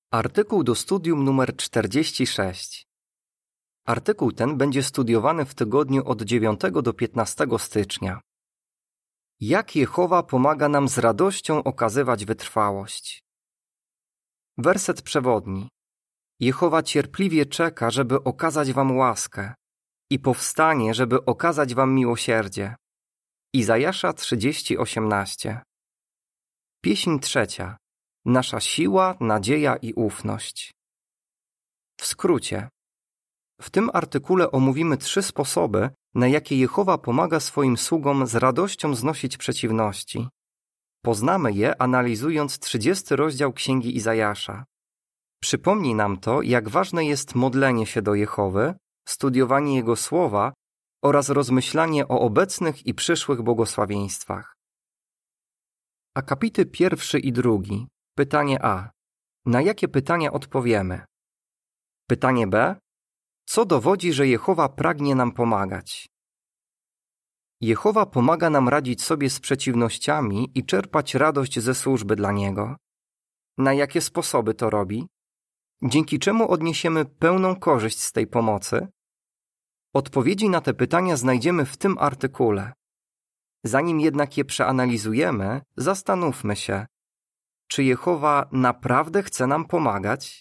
Artykuł do studium numer 46. Artykuł ten będzie studiowany w tygodniu od 9 do 15 stycznia. Jak Jehowa pomaga nam z radością okazywać wytrwałość? Werset przewodni. Jehowa cierpliwie czeka, żeby okazać wam łaskę i powstanie, żeby okazać wam miłosierdzie. Izajasza 30:18. Pieśń trzecia. Nasza siła, nadzieja i ufność. W skrócie. W tym artykule omówimy 3 sposoby, na jakie Jehowa pomaga swoim sługom z radością znosić przeciwności. Poznamy je, analizując 30 rozdział Księgi Izajasza. Przypomni nam to, jak ważne jest modlenie się do Jehowy, studiowanie Jego słowa oraz rozmyślanie o obecnych i przyszłych błogosławieństwach. Akapity 1 i 2. Pytanie A. Na jakie pytania odpowiemy? Pytanie B. Co dowodzi, że Jehowa pragnie nam pomagać? Jehowa pomaga nam radzić sobie z przeciwnościami i czerpać radość ze służby dla Niego. Na jakie sposoby to robi? Dzięki czemu odniesiemy pełną korzyść z tej pomocy? Odpowiedzi na te pytania znajdziemy w tym artykule. Zanim jednak je przeanalizujemy, zastanówmy się, czy Jehowa naprawdę chce nam pomagać?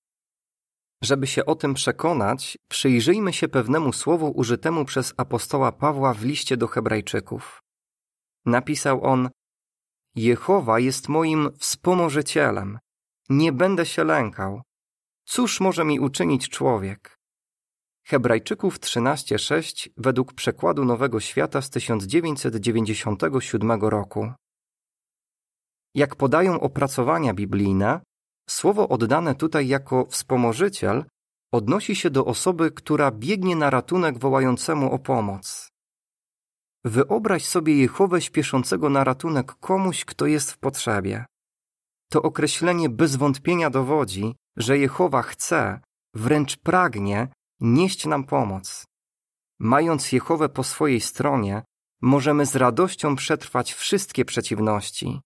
Żeby się o tym przekonać, przyjrzyjmy się pewnemu słowu użytemu przez apostoła Pawła w liście do Hebrajczyków. Napisał on: Jehowa jest moim wspomożycielem, nie będę się lękał. Cóż może mi uczynić człowiek? Hebrajczyków 13:6 według przekładu Nowego Świata z 1997 roku. Jak podają opracowania biblijne, słowo oddane tutaj jako wspomożyciel odnosi się do osoby, która biegnie na ratunek wołającemu o pomoc. Wyobraź sobie Jehowę śpieszącego na ratunek komuś, kto jest w potrzebie. To określenie bez wątpienia dowodzi, że Jehowa chce, wręcz pragnie nieść nam pomoc. Mając Jehowę po swojej stronie, możemy z radością przetrwać wszystkie przeciwności.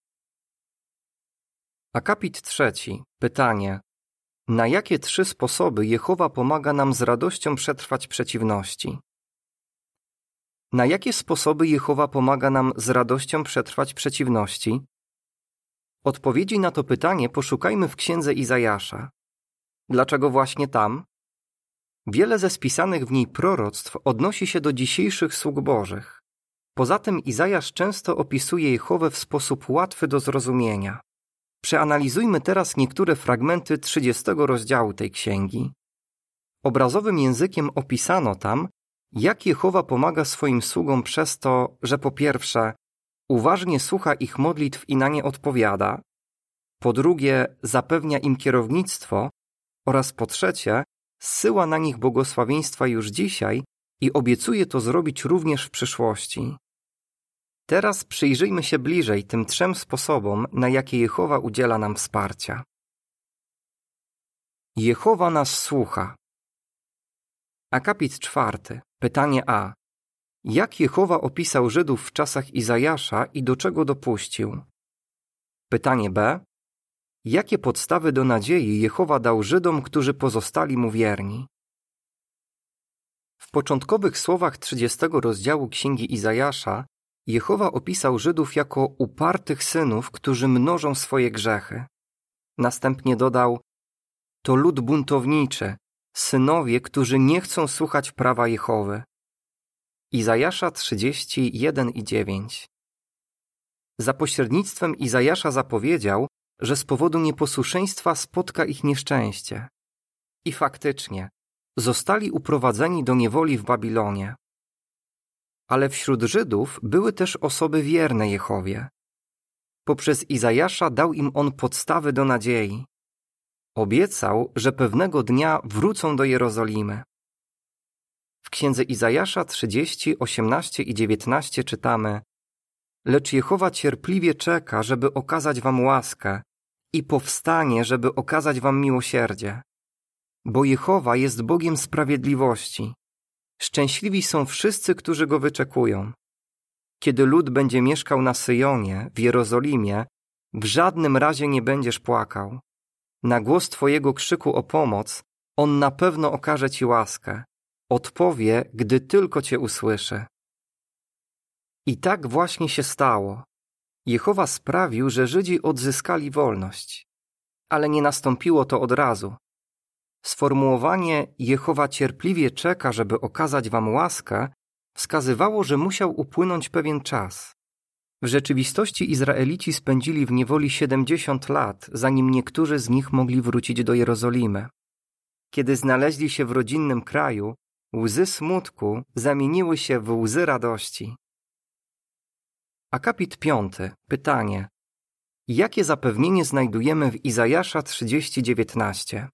Akapit 3. Pytanie. Na jakie 3 sposoby Jehowa pomaga nam z radością przetrwać przeciwności? Na jakie sposoby Jehowa pomaga nam z radością przetrwać przeciwności? Odpowiedzi na to pytanie poszukajmy w Księdze Izajasza. Dlaczego właśnie tam? Wiele ze spisanych w niej proroctw odnosi się do dzisiejszych sług Bożych. Poza tym Izajasz często opisuje Jehowę w sposób łatwy do zrozumienia. Przeanalizujmy teraz niektóre fragmenty 30 rozdziału tej księgi. Obrazowym językiem opisano tam, jak Jehowa pomaga swoim sługom przez to, że po pierwsze, uważnie słucha ich modlitw i na nie odpowiada, po drugie, zapewnia im kierownictwo oraz po trzecie, zsyła na nich błogosławieństwa już dzisiaj i obiecuje to zrobić również w przyszłości. Teraz przyjrzyjmy się bliżej tym 3 sposobom, na jakie Jehowa udziela nam wsparcia. Jehowa nas słucha. Akapit 4. Pytanie A. Jak Jehowa opisał Żydów w czasach Izajasza i do czego dopuścił? Pytanie B. Jakie podstawy do nadziei Jehowa dał Żydom, którzy pozostali mu wierni? W początkowych słowach 30 rozdziału Księgi Izajasza Jehowa opisał Żydów jako upartych synów, którzy mnożą swoje grzechy. Następnie dodał: to lud buntowniczy, synowie, którzy nie chcą słuchać prawa Jehowy. Izajasza 30:1-9. Za pośrednictwem Izajasza zapowiedział, że z powodu nieposłuszeństwa spotka ich nieszczęście. I faktycznie, zostali uprowadzeni do niewoli w Babilonie. Ale wśród Żydów były też osoby wierne Jehowie. Poprzez Izajasza dał im on podstawy do nadziei. Obiecał, że pewnego dnia wrócą do Jerozolimy. W Księdze Izajasza 30:18 i 19 czytamy: Lecz Jehowa cierpliwie czeka, żeby okazać wam łaskę i powstanie, żeby okazać wam miłosierdzie. Bo Jehowa jest Bogiem sprawiedliwości. Szczęśliwi są wszyscy, którzy Go wyczekują. Kiedy lud będzie mieszkał na Syjonie, w Jerozolimie, w żadnym razie nie będziesz płakał. Na głos Twojego krzyku o pomoc On na pewno okaże Ci łaskę. Odpowie, gdy tylko Cię usłyszy. I tak właśnie się stało. Jehowa sprawił, że Żydzi odzyskali wolność. Ale nie nastąpiło to od razu. Sformułowanie Jehowa cierpliwie czeka, żeby okazać wam łaskę, wskazywało, że musiał upłynąć pewien czas. W rzeczywistości Izraelici spędzili w niewoli 70 lat, zanim niektórzy z nich mogli wrócić do Jerozolimy. Kiedy znaleźli się w rodzinnym kraju, łzy smutku zamieniły się w łzy radości. Akapit 5. Pytanie. Jakie zapewnienie znajdujemy w Izajasza 30:19?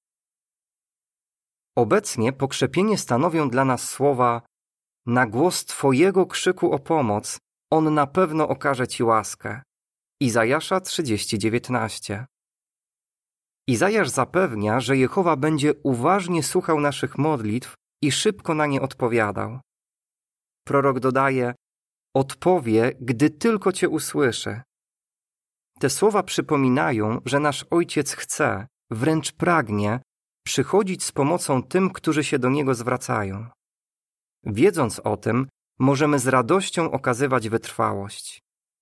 Obecnie pokrzepienie stanowią dla nas słowa: na głos Twojego krzyku o pomoc On na pewno okaże Ci łaskę. Izajasza 30:19. Izajasz zapewnia, że Jehowa będzie uważnie słuchał naszych modlitw i szybko na nie odpowiadał. Prorok dodaje: odpowie, gdy tylko Cię usłyszy. Te słowa przypominają, że nasz Ojciec chce, wręcz pragnie, przychodzić z pomocą tym, którzy się do Niego zwracają. Wiedząc o tym, możemy z radością okazywać wytrwałość.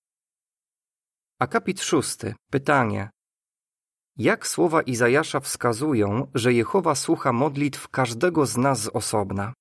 Akapit 6. Pytanie. Jak słowa Izajasza wskazują, że Jehowa słucha modlitw każdego z nas z osobna?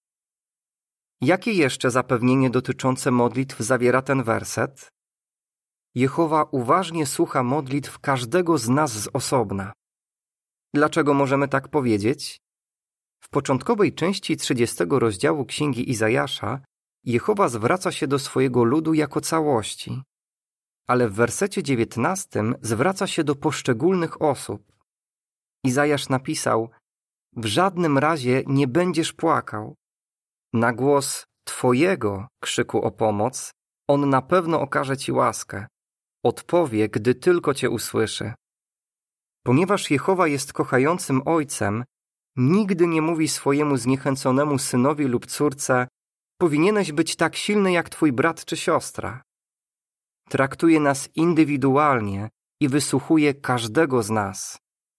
Jakie jeszcze zapewnienie dotyczące modlitw zawiera ten werset? Jehowa uważnie słucha modlitw każdego z nas z osobna. Dlaczego możemy tak powiedzieć? W początkowej części 30 rozdziału Księgi Izajasza Jehowa zwraca się do swojego ludu jako całości, ale w wersecie 19 zwraca się do poszczególnych osób. Izajasz napisał: w żadnym razie nie będziesz płakał. Na głos Twojego krzyku o pomoc On na pewno okaże Ci łaskę. Odpowie, gdy tylko Cię usłyszy. Ponieważ Jehowa jest kochającym Ojcem, nigdy nie mówi swojemu zniechęconemu synowi lub córce: powinieneś być tak silny jak twój brat czy siostra. Traktuje nas indywidualnie i wysłuchuje każdego z nas.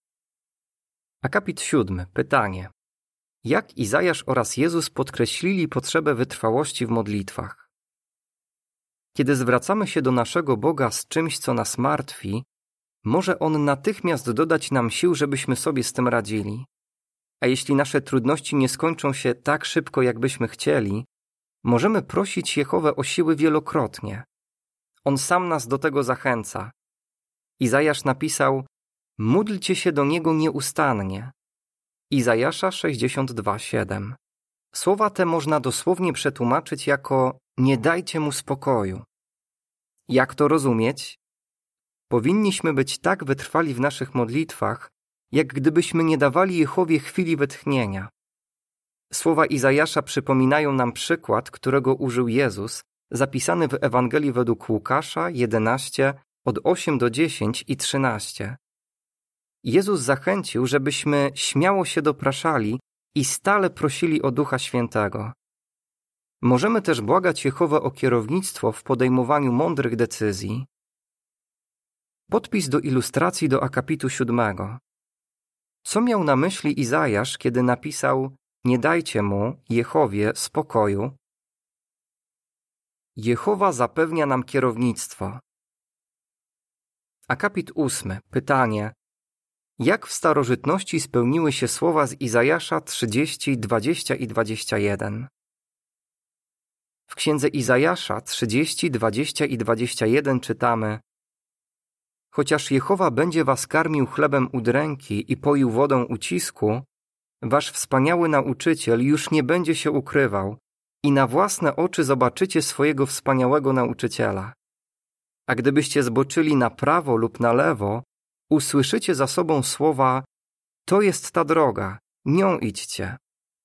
Akapit 7. Pytanie. Jak Izajasz oraz Jezus podkreślili potrzebę wytrwałości w modlitwach? Kiedy zwracamy się do naszego Boga z czymś, co nas martwi, może On natychmiast dodać nam sił, żebyśmy sobie z tym radzili. A jeśli nasze trudności nie skończą się tak szybko, jak byśmy chcieli, możemy prosić Jehowę o siły wielokrotnie. On sam nas do tego zachęca. Izajasz napisał: módlcie się do Niego nieustannie. Izajasza 62:7. Słowa te można dosłownie przetłumaczyć jako: nie dajcie Mu spokoju. Jak to rozumieć? Powinniśmy być tak wytrwali w naszych modlitwach, jak gdybyśmy nie dawali Jehowie chwili wytchnienia. Słowa Izajasza przypominają nam przykład, którego użył Jezus, zapisany w Ewangelii według Łukasza 11, od 8 do 10 i 13. Jezus zachęcił, żebyśmy śmiało się dopraszali i stale prosili o Ducha Świętego. Możemy też błagać Jehowę o kierownictwo w podejmowaniu mądrych decyzji. Podpis do ilustracji do akapitu 7. Co miał na myśli Izajasz, kiedy napisał: nie dajcie mu, Jehowie, spokoju? Jehowa zapewnia nam kierownictwo. Akapit 8. Pytanie. Jak w starożytności spełniły się słowa z Izajasza 30, 20 i 21? W księdze Izajasza 30, 20 i 21 czytamy: chociaż Jehowa będzie was karmił chlebem udręki i poił wodą ucisku, wasz wspaniały nauczyciel już nie będzie się ukrywał i na własne oczy zobaczycie swojego wspaniałego nauczyciela. A gdybyście zboczyli na prawo lub na lewo, usłyszycie za sobą słowa: to jest ta droga, nią idźcie.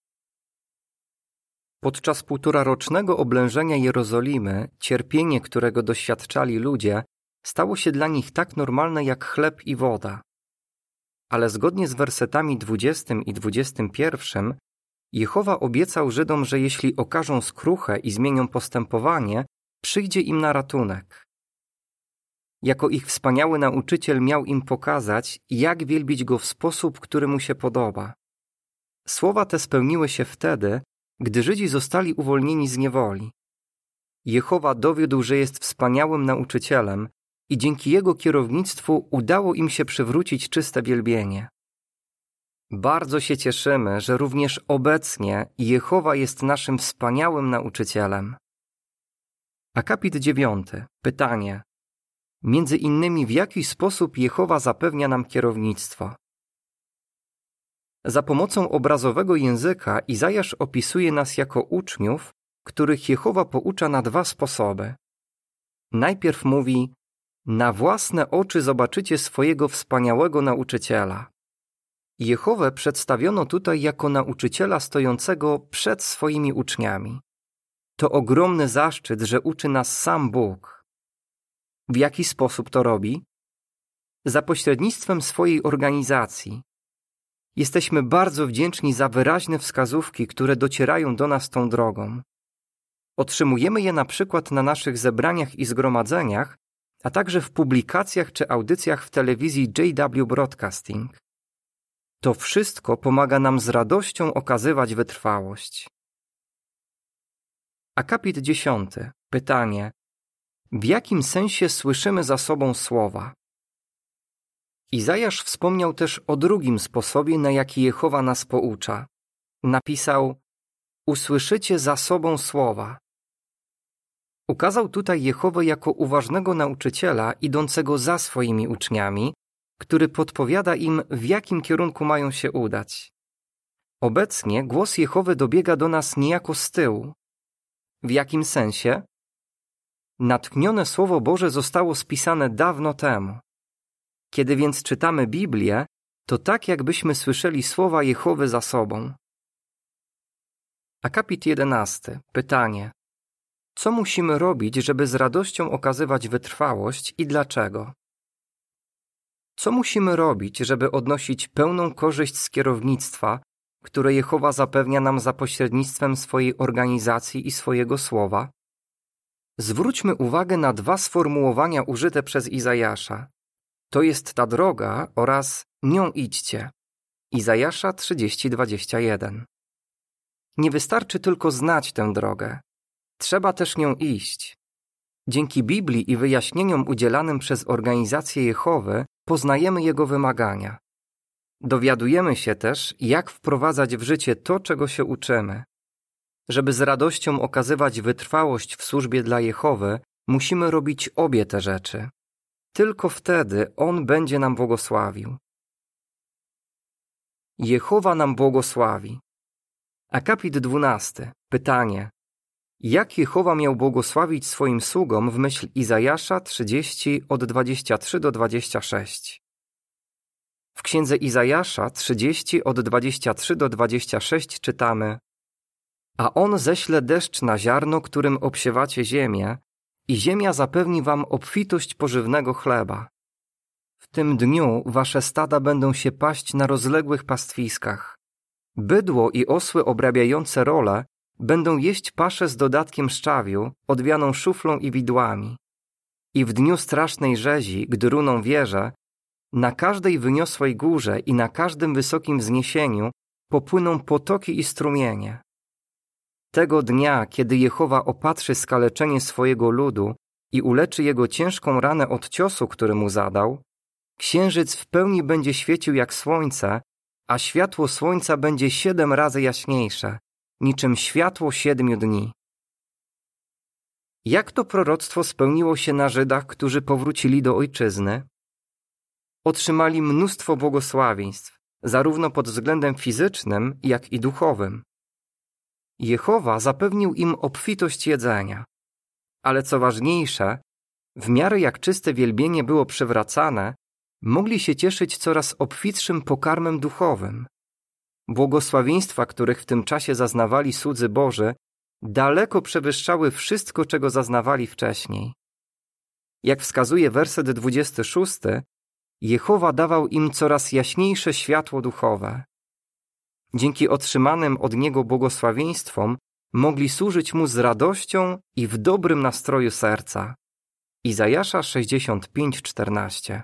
Podczas półtorarocznego oblężenia Jerozolimy cierpienie, którego doświadczali ludzie, stało się dla nich tak normalne jak chleb i woda. Ale zgodnie z wersetami 20 i 21 Jehowa obiecał Żydom, że jeśli okażą skruchę i zmienią postępowanie, przyjdzie im na ratunek. Jako ich wspaniały nauczyciel miał im pokazać, jak wielbić Go w sposób, który mu się podoba. Słowa te spełniły się wtedy, gdy Żydzi zostali uwolnieni z niewoli. Jehowa dowiódł, że jest wspaniałym nauczycielem i dzięki Jego kierownictwu udało im się przywrócić czyste wielbienie. Bardzo się cieszymy, że również obecnie Jehowa jest naszym wspaniałym nauczycielem. Akapit 9. Pytanie. Między innymi, w jaki sposób Jehowa zapewnia nam kierownictwo? Za pomocą obrazowego języka Izajasz opisuje nas jako uczniów, których Jehowa poucza na dwa sposoby. Najpierw mówi: na własne oczy zobaczycie swojego wspaniałego nauczyciela. Jehowę przedstawiono tutaj jako nauczyciela stojącego przed swoimi uczniami. To ogromny zaszczyt, że uczy nas sam Bóg. W jaki sposób to robi? Za pośrednictwem swojej organizacji. Jesteśmy bardzo wdzięczni za wyraźne wskazówki, które docierają do nas tą drogą. Otrzymujemy je na przykład na naszych zebraniach i zgromadzeniach, a także w publikacjach czy audycjach w telewizji JW Broadcasting. To wszystko pomaga nam z radością okazywać wytrwałość. Akapit 10. Pytanie. W jakim sensie słyszymy za sobą słowa? Izajasz wspomniał też o drugim sposobie, na jaki Jehowa nas poucza. Napisał: usłyszycie za sobą słowa. Ukazał tutaj Jehowę jako uważnego nauczyciela idącego za swoimi uczniami, który podpowiada im, w jakim kierunku mają się udać. Obecnie głos Jehowy dobiega do nas niejako z tyłu. W jakim sensie? Natchnione Słowo Boże zostało spisane dawno temu. Kiedy więc czytamy Biblię, to tak jakbyśmy słyszeli słowa Jehowy za sobą. Akapit 11. Pytanie. Co musimy robić, żeby z radością okazywać wytrwałość i dlaczego? Co musimy robić, żeby odnosić pełną korzyść z kierownictwa, które Jehowa zapewnia nam za pośrednictwem swojej organizacji i swojego słowa? Zwróćmy uwagę na dwa sformułowania użyte przez Izajasza. To jest ta droga oraz nią idźcie. Izajasza 30:21. Nie wystarczy tylko znać tę drogę. Trzeba też nią iść. Dzięki Biblii i wyjaśnieniom udzielanym przez organizację Jehowy poznajemy jego wymagania. Dowiadujemy się też, jak wprowadzać w życie to, czego się uczymy. Żeby z radością okazywać wytrwałość w służbie dla Jehowy, musimy robić obie te rzeczy. Tylko wtedy On będzie nam błogosławił. Jehowa nam błogosławi. Akapit 12. Pytanie. Jak Jehowa miał błogosławić swoim sługom w myśl Izajasza 30 od 23 do 26? W księdze Izajasza 30 od 23 do 26 czytamy: a On ześle deszcz na ziarno, którym obsiewacie ziemię, i ziemia zapewni wam obfitość pożywnego chleba. W tym dniu wasze stada będą się paść na rozległych pastwiskach. Bydło i osły obrabiające role będą jeść paszę z dodatkiem szczawiu, odwianą szuflą i widłami. I w dniu strasznej rzezi, gdy runą wieże, na każdej wyniosłej górze i na każdym wysokim wzniesieniu popłyną potoki i strumienie. Tego dnia, kiedy Jehowa opatrzy skaleczenie swojego ludu i uleczy jego ciężką ranę od ciosu, który mu zadał, księżyc w pełni będzie świecił jak słońce, a światło słońca będzie 7 razy jaśniejsze, niczym światło 7 dni. Jak to proroctwo spełniło się na Żydach, którzy powrócili do ojczyzny? Otrzymali mnóstwo błogosławieństw, zarówno pod względem fizycznym, jak i duchowym. Jehowa zapewnił im obfitość jedzenia. Ale co ważniejsze, w miarę jak czyste wielbienie było przywracane, mogli się cieszyć coraz obfitszym pokarmem duchowym. Błogosławieństwa, których w tym czasie zaznawali słudzy Boży, daleko przewyższały wszystko, czego zaznawali wcześniej. Jak wskazuje werset 26, Jehowa dawał im coraz jaśniejsze światło duchowe. Dzięki otrzymanym od Niego błogosławieństwom mogli służyć Mu z radością i w dobrym nastroju serca. Izajasza 65:14.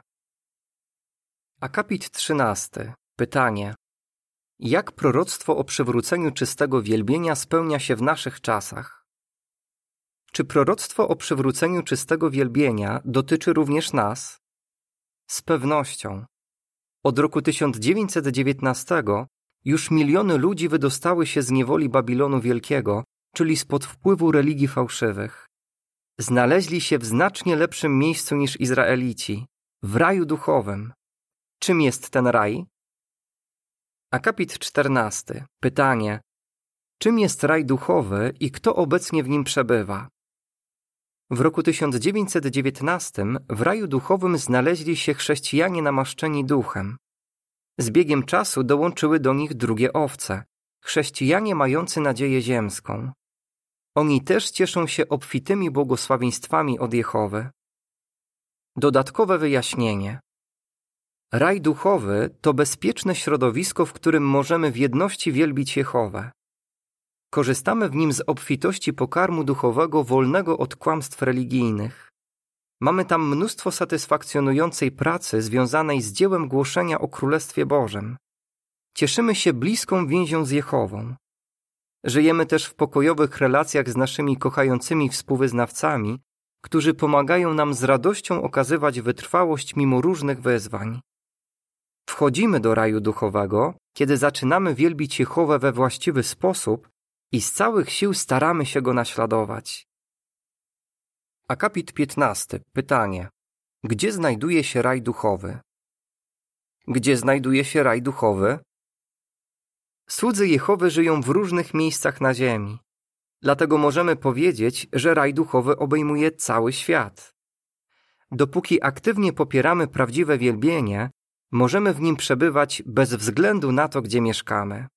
Akapit 13. Pytanie. Jak proroctwo o przywróceniu czystego wielbienia spełnia się w naszych czasach? Czy proroctwo o przywróceniu czystego wielbienia dotyczy również nas? Z pewnością. Od roku 1919 już miliony ludzi wydostały się z niewoli Babilonu Wielkiego, czyli spod wpływu religii fałszywych. Znaleźli się w znacznie lepszym miejscu niż Izraelici, w raju duchowym. Czym jest ten raj? Akapit 14. Pytanie. Czym jest raj duchowy i kto obecnie w nim przebywa? W roku 1919 w raju duchowym znaleźli się chrześcijanie namaszczeni duchem. Z biegiem czasu dołączyły do nich drugie owce, chrześcijanie mający nadzieję ziemską. Oni też cieszą się obfitymi błogosławieństwami od Jehowy. Dodatkowe wyjaśnienie. Raj duchowy to bezpieczne środowisko, w którym możemy w jedności wielbić Jehowę. Korzystamy w nim z obfitości pokarmu duchowego wolnego od kłamstw religijnych. Mamy tam mnóstwo satysfakcjonującej pracy związanej z dziełem głoszenia o Królestwie Bożym. Cieszymy się bliską więzią z Jehową. Żyjemy też w pokojowych relacjach z naszymi kochającymi współwyznawcami, którzy pomagają nam z radością okazywać wytrwałość mimo różnych wyzwań. Wchodzimy do raju duchowego, kiedy zaczynamy wielbić Jehowę we właściwy sposób i z całych sił staramy się Go naśladować. Akapit 15. Pytanie. Gdzie znajduje się raj duchowy? Gdzie znajduje się raj duchowy? Słudzy Jehowy żyją w różnych miejscach na ziemi. Dlatego możemy powiedzieć, że raj duchowy obejmuje cały świat. Dopóki aktywnie popieramy prawdziwe wielbienie, możemy w nim przebywać bez względu na to, gdzie mieszkamy.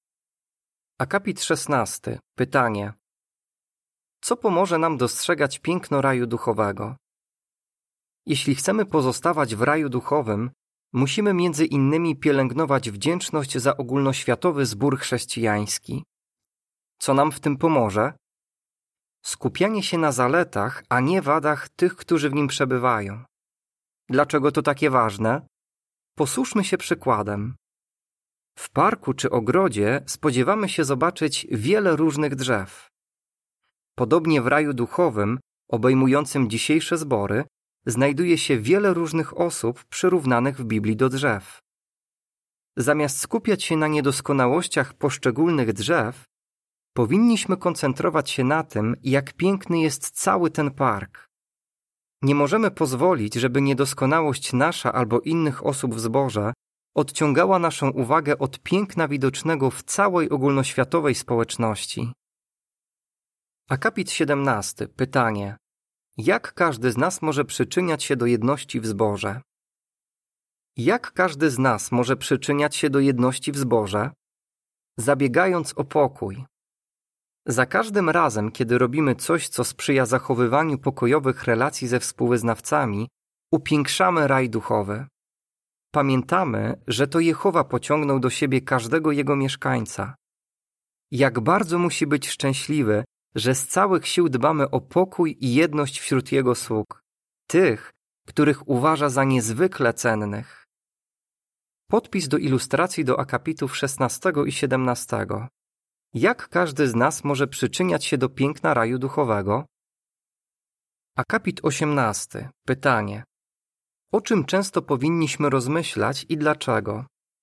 Akapit 16. Pytanie. Co pomoże nam dostrzegać piękno raju duchowego? Jeśli chcemy pozostawać w raju duchowym, musimy między innymi pielęgnować wdzięczność za ogólnoświatowy zbór chrześcijański. Co nam w tym pomoże? Skupianie się na zaletach, a nie wadach tych, którzy w nim przebywają. Dlaczego to takie ważne? Posłuszmy się przykładem. W parku czy ogrodzie spodziewamy się zobaczyć wiele różnych drzew. Podobnie w raju duchowym, obejmującym dzisiejsze zbory, znajduje się wiele różnych osób przyrównanych w Biblii do drzew. Zamiast skupiać się na niedoskonałościach poszczególnych drzew, powinniśmy koncentrować się na tym, jak piękny jest cały ten park. Nie możemy pozwolić, żeby niedoskonałość nasza albo innych osób w zborze odciągała naszą uwagę od piękna widocznego w całej ogólnoświatowej społeczności. Akapit 17. Pytanie. Jak każdy z nas może przyczyniać się do jedności w zborze? Jak każdy z nas może przyczyniać się do jedności w zborze? Zabiegając o pokój. Za każdym razem, kiedy robimy coś, co sprzyja zachowywaniu pokojowych relacji ze współwyznawcami, upiększamy raj duchowy. Pamiętamy, że to Jehowa pociągnął do siebie każdego jego mieszkańca. Jak bardzo musi być szczęśliwy, że z całych sił dbamy o pokój i jedność wśród jego sług, tych, których uważa za niezwykle cennych. Podpis do ilustracji do akapitów 16 i 17. Jak każdy z nas może przyczyniać się do piękna raju duchowego? Akapit 18. Pytanie. O czym często powinniśmy rozmyślać i dlaczego?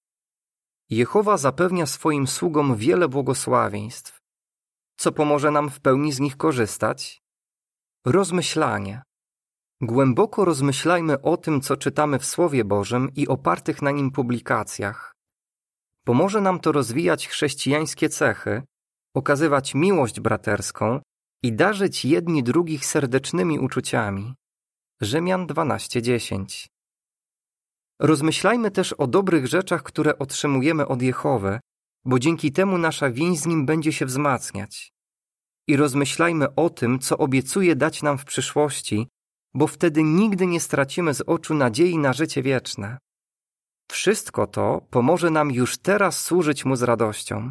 Jehowa zapewnia swoim sługom wiele błogosławieństw. Co pomoże nam w pełni z nich korzystać? Rozmyślanie. Głęboko rozmyślajmy o tym, co czytamy w Słowie Bożym i opartych na nim publikacjach. Pomoże nam to rozwijać chrześcijańskie cechy, okazywać miłość braterską i darzyć jedni drugich serdecznymi uczuciami. Rzymian 12:10. Rozmyślajmy też o dobrych rzeczach, które otrzymujemy od Jehowy, bo dzięki temu nasza więź z Nim będzie się wzmacniać. I rozmyślajmy o tym, co obiecuje dać nam w przyszłości, bo wtedy nigdy nie stracimy z oczu nadziei na życie wieczne. Wszystko to pomoże nam już teraz służyć Mu z radością.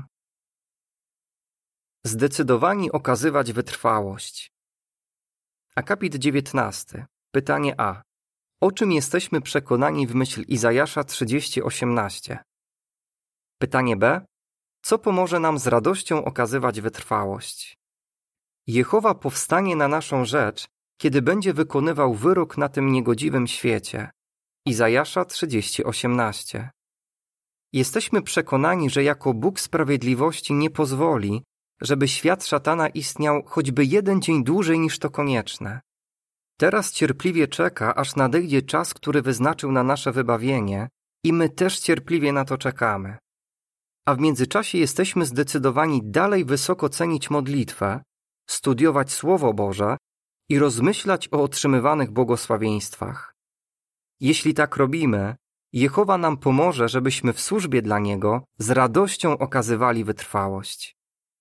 Zdecydowani okazywać wytrwałość. Akapit 19. Pytanie A. O czym jesteśmy przekonani w myśl Izajasza 30:18? Pytanie B. Co pomoże nam z radością okazywać wytrwałość? Jehowa powstanie na naszą rzecz, kiedy będzie wykonywał wyrok na tym niegodziwym świecie. Izajasza 30:18. Jesteśmy przekonani, że jako Bóg sprawiedliwości nie pozwoli, żeby świat szatana istniał choćby jeden dzień dłużej niż to konieczne. Teraz cierpliwie czeka, aż nadejdzie czas, który wyznaczył na nasze wybawienie i my też cierpliwie na to czekamy. A w międzyczasie jesteśmy zdecydowani dalej wysoko cenić modlitwę, studiować Słowo Boże i rozmyślać o otrzymywanych błogosławieństwach. Jeśli tak robimy, Jehowa nam pomoże, żebyśmy w służbie dla Niego z radością okazywali wytrwałość.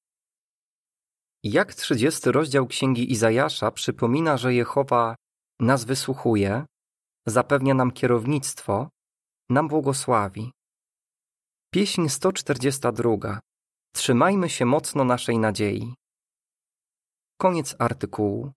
Jak 30 rozdział Księgi Izajasza przypomina, że Jehowa nas wysłuchuje, zapewnia nam kierownictwo, nam błogosławi. Pieśń 142. Trzymajmy się mocno naszej nadziei. Koniec artykułu.